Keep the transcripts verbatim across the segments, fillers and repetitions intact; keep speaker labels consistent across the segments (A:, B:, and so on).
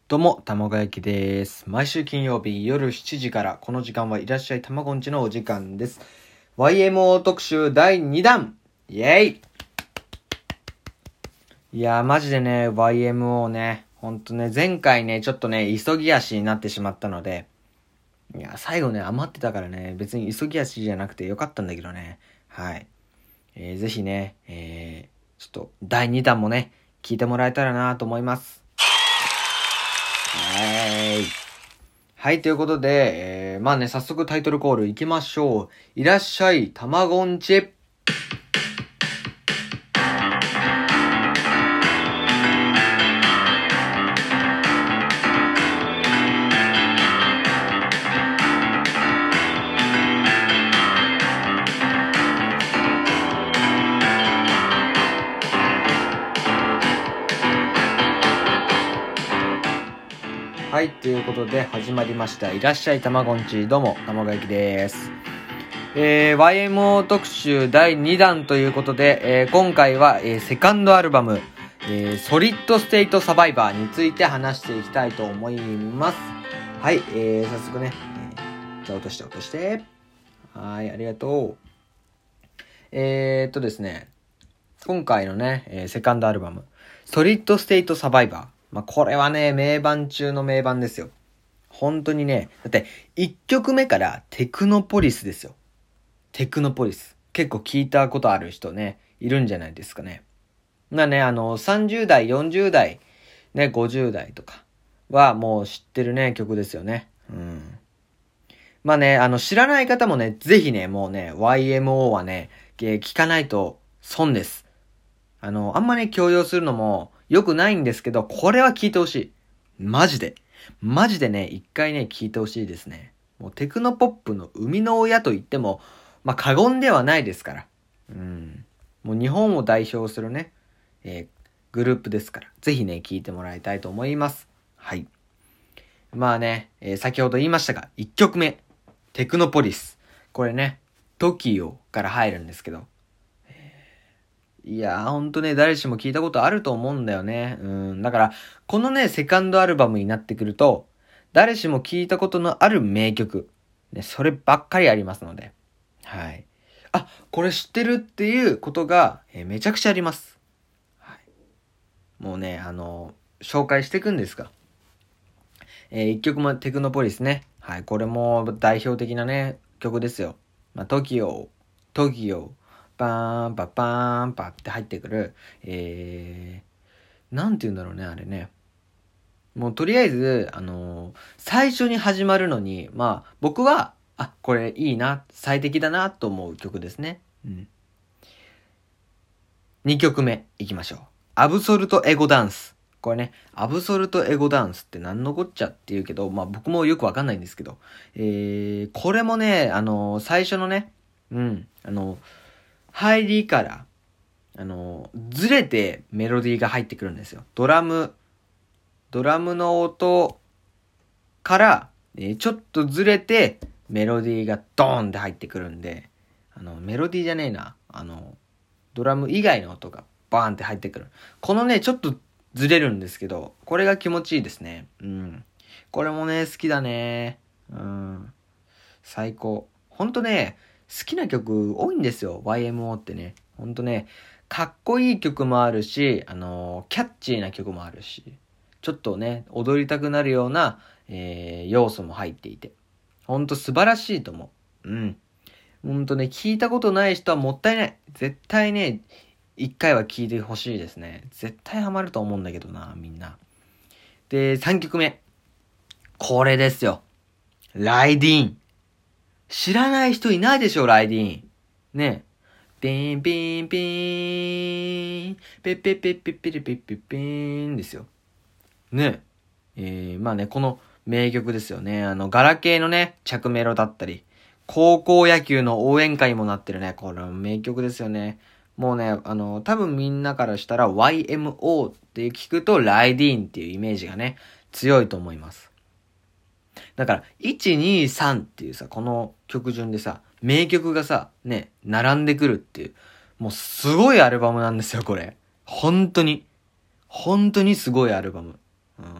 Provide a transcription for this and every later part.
A: どうも、たまご焼きです。毎週金曜日夜しちじから、この時間はいらっしゃいたまごんちのお時間です。ワイエムオー 特集だいにだんイェイいやー、マジでね、ワイエムオー ね、ほんとね、前回ね、ちょっとね、急ぎ足になってしまったので、いや、最後ね、余ってたからね、別に急ぎ足じゃなくてよかったんだけどね。はい。えー、ぜひね、えー、ちょっと、だいにだんもね、聞いてもらえたらなと思います。はい。はい、ということで、えー、まあね、早速タイトルコール行きましょう。いらっしゃい、たまごんち。はい、ということで始まりました。いらっしゃいたまごんち。どうも、たまご焼きです。えー、ワイエムオー 特集だいにだんということで、えー、今回は、えー、セカンドアルバム、えー、ソリッドステイトサバイバーについて話していきたいと思います。はい、えー、早速ね、えー、じゃあ落として落として。はい、ありがとう。えーっとですね、今回のね、えー、セカンドアルバム、ソリッドステイトサバイバー。まあ、これはね、名盤中の名盤ですよ。本当にね、だって、いっきょくめからテクノポリスですよ。テクノポリス。結構聞いたことある人ね、いるんじゃないですかね。まあね、あの、さんじゅうだい、よんじゅうだい、ね、ごじゅうだいとかはもう知ってるね、曲ですよね。うん。まあね、あの、知らない方もね、ぜひね、もうね、ワイエムオー はね、聞かないと損です。あの、あんまね、強要するのも良くないんですけど、これは聞いてほしい。マジで。マジでね、一回ね、聞いてほしいですね。もうテクノポップの生みの親と言っても、まあ、過言ではないですから。うん。もう日本を代表するね、えー、グループですから。ぜひね、聞いてもらいたいと思います。はい。まあね、えー、先ほど言いましたが、いっきょくめ。テクノポリス。これね、トキオから入るんですけど、いやーほんとね、誰しも聞いたことあると思うんだよね。うん。だから、このね、セカンドアルバムになってくると、誰しも聞いたことのある名曲。ね、そればっかりありますので。はい。あ、これ知ってるっていうことが、えー、めちゃくちゃあります。はい。もうね、あのー、紹介していくんですが。えー、一曲もテクノポリスね。はい。これも代表的なね、曲ですよ。まあ、トキオ、トキオ、バーン、パッパーン、パって入ってくる、えー、なんて言うんだろうね、あれね。もうとりあえず、あのー、最初に始まるのに、まあ、僕は、あ、これいいな、最適だな、と思う曲ですね。うん。にきょくめ、いきましょう。アブソルトエゴダンス。これね、アブソルトエゴダンスって何のこっちゃって言うけど、まあ僕もよくわかんないんですけど、えー、これもね、あのー、最初のね、うん、あのー、入りから、あの、ずれてメロディーが入ってくるんですよ。ドラム、ドラムの音から、えー、ちょっとずれてメロディーがドーンって入ってくるんで、あの、メロディーじゃねえな。あの、ドラム以外の音がバーンって入ってくる。このね、ちょっとずれるんですけど、これが気持ちいいですね。うん。これもね、好きだね。うん。最高。ほんとね、好きな曲多いんですよ。ワイエムオー ってね。ほんとね、かっこいい曲もあるし、あのー、キャッチーな曲もあるし、ちょっとね、踊りたくなるような、えー、要素も入っていて。ほんと素晴らしいと思う。うん。ほんとね、聞いたことない人はもったいない。絶対ね、一回は聞いてほしいですね。絶対ハマると思うんだけどな、みんな。で、さんきょくめ。これですよ。ライディーン。知らない人いないでしょ、ライディーン。ね。ピンピンピーン、ペッペッペッペッペッペッペッペーンですよ。ね。えー、まあね、この名曲ですよね。あの、ガラケーのね、着メロだったり、高校野球の応援歌にもなってるね。これは名曲ですよね。もうね、あの、多分みんなからしたら ワイエムオー って聞くとライディーンっていうイメージがね、強いと思います。だから、いち、に、さんっていうさ、この曲順でさ、名曲がさ、ね、並んでくるっていう、もうすごいアルバムなんですよ、これ。本当に。本当にすごいアルバム。うん、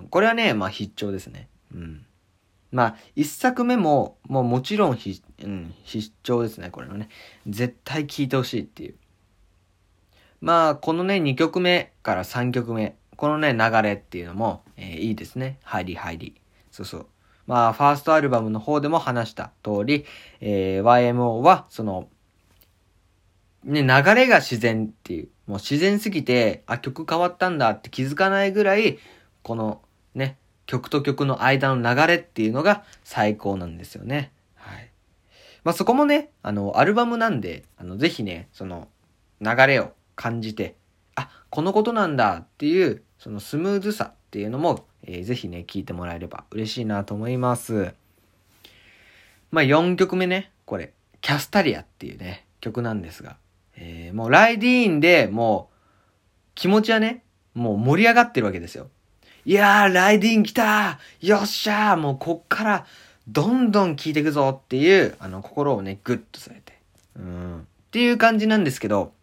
A: これはね、まあ必聴ですね。うん。まあ、一作目も、もうもちろん必、うん、必聴ですね、これはね。絶対聴いてほしいっていう。まあ、このね、にきょくめからさんきょくめ、このね、流れっていうのも、えー、いいですね。入り入り。そうそう。まあ、ファーストアルバムの方でも話した通り、えー、ワイエムオー は、その、ね、流れが自然っていう、もう自然すぎて、あ、曲変わったんだって気づかないぐらい、この、ね、曲と曲の間の流れっていうのが最高なんですよね。はい。まあ、そこもね、あの、アルバムなんで、あの、ぜひね、その、流れを感じて、あ、このことなんだっていう、そのスムーズさっていうのも、えー、ぜひね、聴いてもらえれば嬉しいなと思います。まあ、よんきょくめね、これ、キャスタリアっていうね、曲なんですが、えー、もうライディーンでもう、気持ちはね、もう盛り上がってるわけですよ。いやー、ライディーン来たーよっしゃーもうこっから、どんどん聴いていくぞっていう、あの、心をね、グッとされて。うん。っていう感じなんですけど、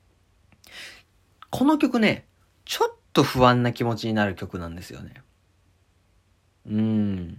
A: この曲ね、ちょっと不安な気持ちになる曲なんですよね。うん。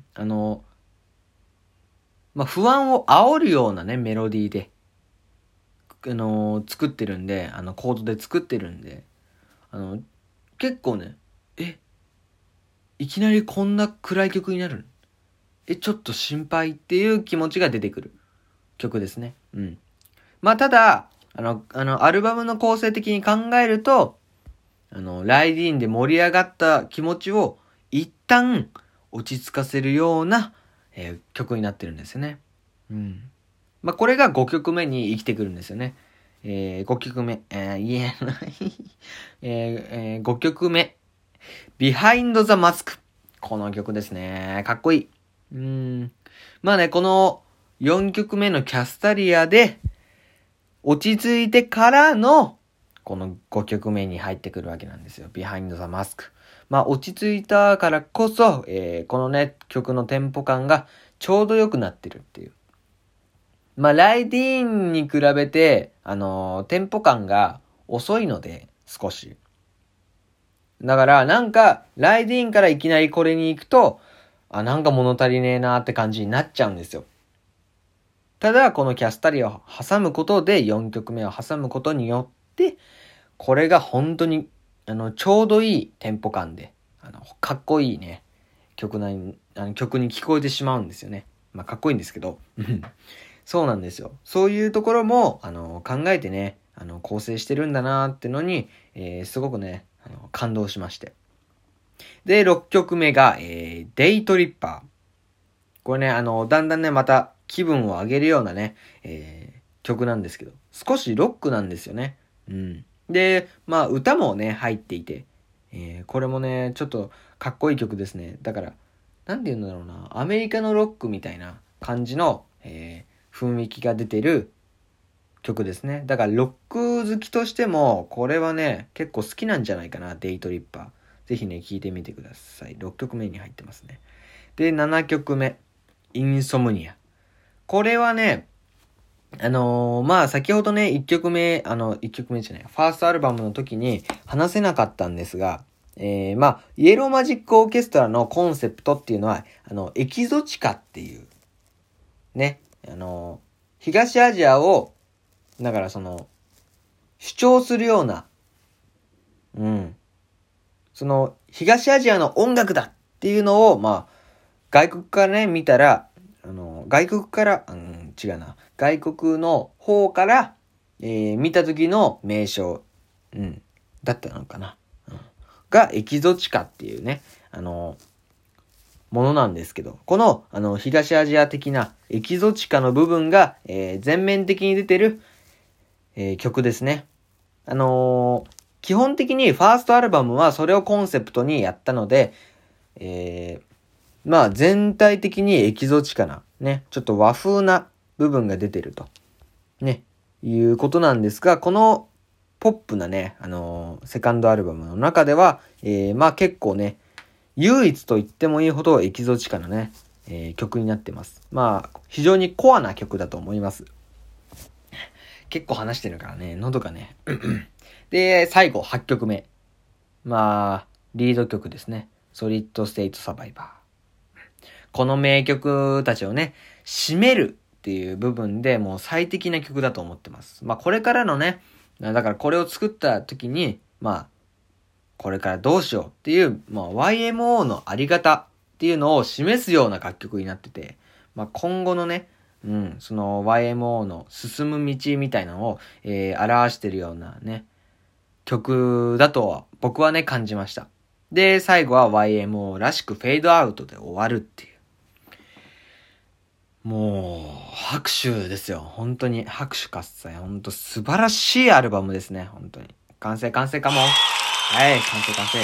A: あの、まあ、不安を煽るようなね、メロディーで、あのー、作ってるんで、あの、コードで作ってるんで、あの、結構ね、え、いきなりこんな暗い曲になるの？え、ちょっと心配っていう気持ちが出てくる曲ですね。うん。まあ、ただ、あの、あの、アルバムの構成的に考えると、あの、ライディーンで盛り上がった気持ちを一旦落ち着かせるような、えー、曲になってるんですよね。うん。まあ、これがごきょくめに生きてくるんですよね。えー、ごきょくめ、えー、言えないえーえー、ごきょくめ、Behind the Mask。この曲ですね。かっこいい。うーん。まあね、このよんきょくめのキャスタリアで、落ち着いてからの、このごきょくめに入ってくるわけなんですよ。Behind the Mask。まあ、落ち着いたからこそ、えー、このね、曲のテンポ感がちょうど良くなってるっていう。まあ、ライディーンに比べて、あのー、テンポ感が遅いので、少し。だから、なんか、ライディーンからいきなりこれに行くと、あ、なんか物足りねえなーって感じになっちゃうんですよ。ただ、このキャスタリアを挟むことで、よんきょくめを挟むことによって、これが本当に、あの、ちょうどいいテンポ感で、あの、かっこいいね、曲なに、あの曲に聞こえてしまうんですよね。まあ、かっこいいんですけど。そうなんですよ。そういうところも、あの、考えてね、あの、構成してるんだなーってのに、えー、すごくね、あの、感動しまして。で、ろっきょくめが、えー、デイトリッパー。これね、あの、だんだんね、また気分を上げるようなね、えー、曲なんですけど、少しロックなんですよね。うん。で、まあ、歌もね、入っていて、えー、これもね、ちょっとかっこいい曲ですね。だから、なんて言うんだろうな、アメリカのロックみたいな感じの、えー、雰囲気が出てる曲ですね。だからロック好きとしても、これはね、結構好きなんじゃないかな、デイトリッパー。ぜひね、聴いてみてください。ろっきょくめに入ってますね。で、ななきょくめ、インソムニア。これはね、あのー、まあ、先ほどね、いっきょくめ、あの、いっきょくめじゃない、ファーストアルバムの時に話せなかったんですが、えー、まあ、イエローマジックオーケストラのコンセプトっていうのは、あの、エキゾチカっていう、ね、あのー、東アジアを、だからその、主張するような、うん、その、東アジアの音楽だっていうのを、まあ、外国からね、見たら、あの、外国から、うん、違うな。外国の方から、えー、見た時の名称、うん、だったのかな。うん、が、エキゾチカっていうね、あの、ものなんですけど、この、あの、東アジア的なエキゾチカの部分が、えー、全面的に出てる、えー、曲ですね。あのー、基本的にファーストアルバムはそれをコンセプトにやったので、えー、まあ全体的にエキゾチカな、ね、ちょっと和風な部分が出てると、ね、いうことなんですが、このポップなね、あのー、セカンドアルバムの中では、えー、まあ結構ね、唯一と言ってもいいほどエキゾチカなね、えー、曲になってます。まあ、非常にコアな曲だと思います。結構話してるからね、喉がね。で、最後、はちきょくめ。まあ、リード曲ですね。 ソリッドステートサバイバー。この名曲たちをね、締めるっていう部分でもう最適な曲だと思ってます。まあこれからのね、だからこれを作った時に、まあ、これからどうしようっていう、まあ ワイエムオー のあり方っていうのを示すような楽曲になってて、まあ今後のね、うん、その ワイエムオー の進む道みたいなのを、えー、表してるようなね、曲だとは僕はね感じました。で、最後は ワイエムオー らしくフェードアウトで終わるっていう。もう、拍手ですよ。本当に。拍手喝采。本当素晴らしいアルバムですね。本当に。完成完成かも。はい、完成完成。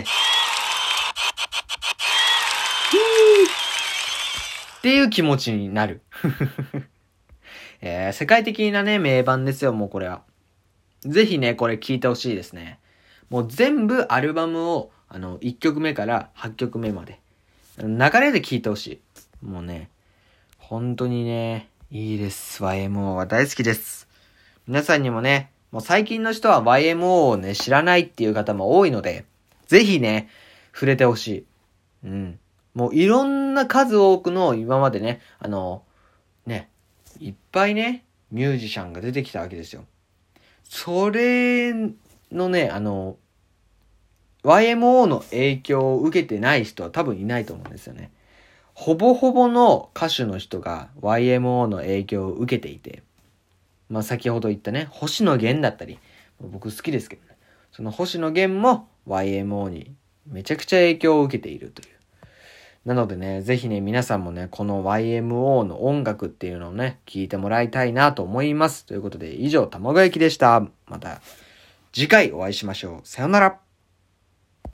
A: っていう気持ちになる。えー、世界的なね、名盤ですよ、もうこれは。ぜひね、これ聴いてほしいですね。もう全部アルバムを、あの、いっきょくめからはちきょくめまで。流れで聴いてほしい。もうね、本当にね、いいです。ワイエムオー は大好きです。皆さんにもね、もう最近の人は ワイエムオー をね、知らないっていう方も多いので、ぜひね、触れてほしい。うん。もういろんな数多くの今までね、あの、ね、いっぱいね、ミュージシャンが出てきたわけですよ。それのね、あの、ワイエムオー の影響を受けてない人は多分いないと思うんですよね。ほぼほぼの歌手の人が ワイエムオー の影響を受けていて、まあ先ほど言ったね、星野源だったり、僕好きですけどね、その星野源も ワイエムオー にめちゃくちゃ影響を受けているという。なのでね、ぜひね、皆さんもね、この ワイエムオー の音楽っていうのをね、聞いてもらいたいなと思います。ということで、以上、卵焼きでした。また次回お会いしましょう。さよなら。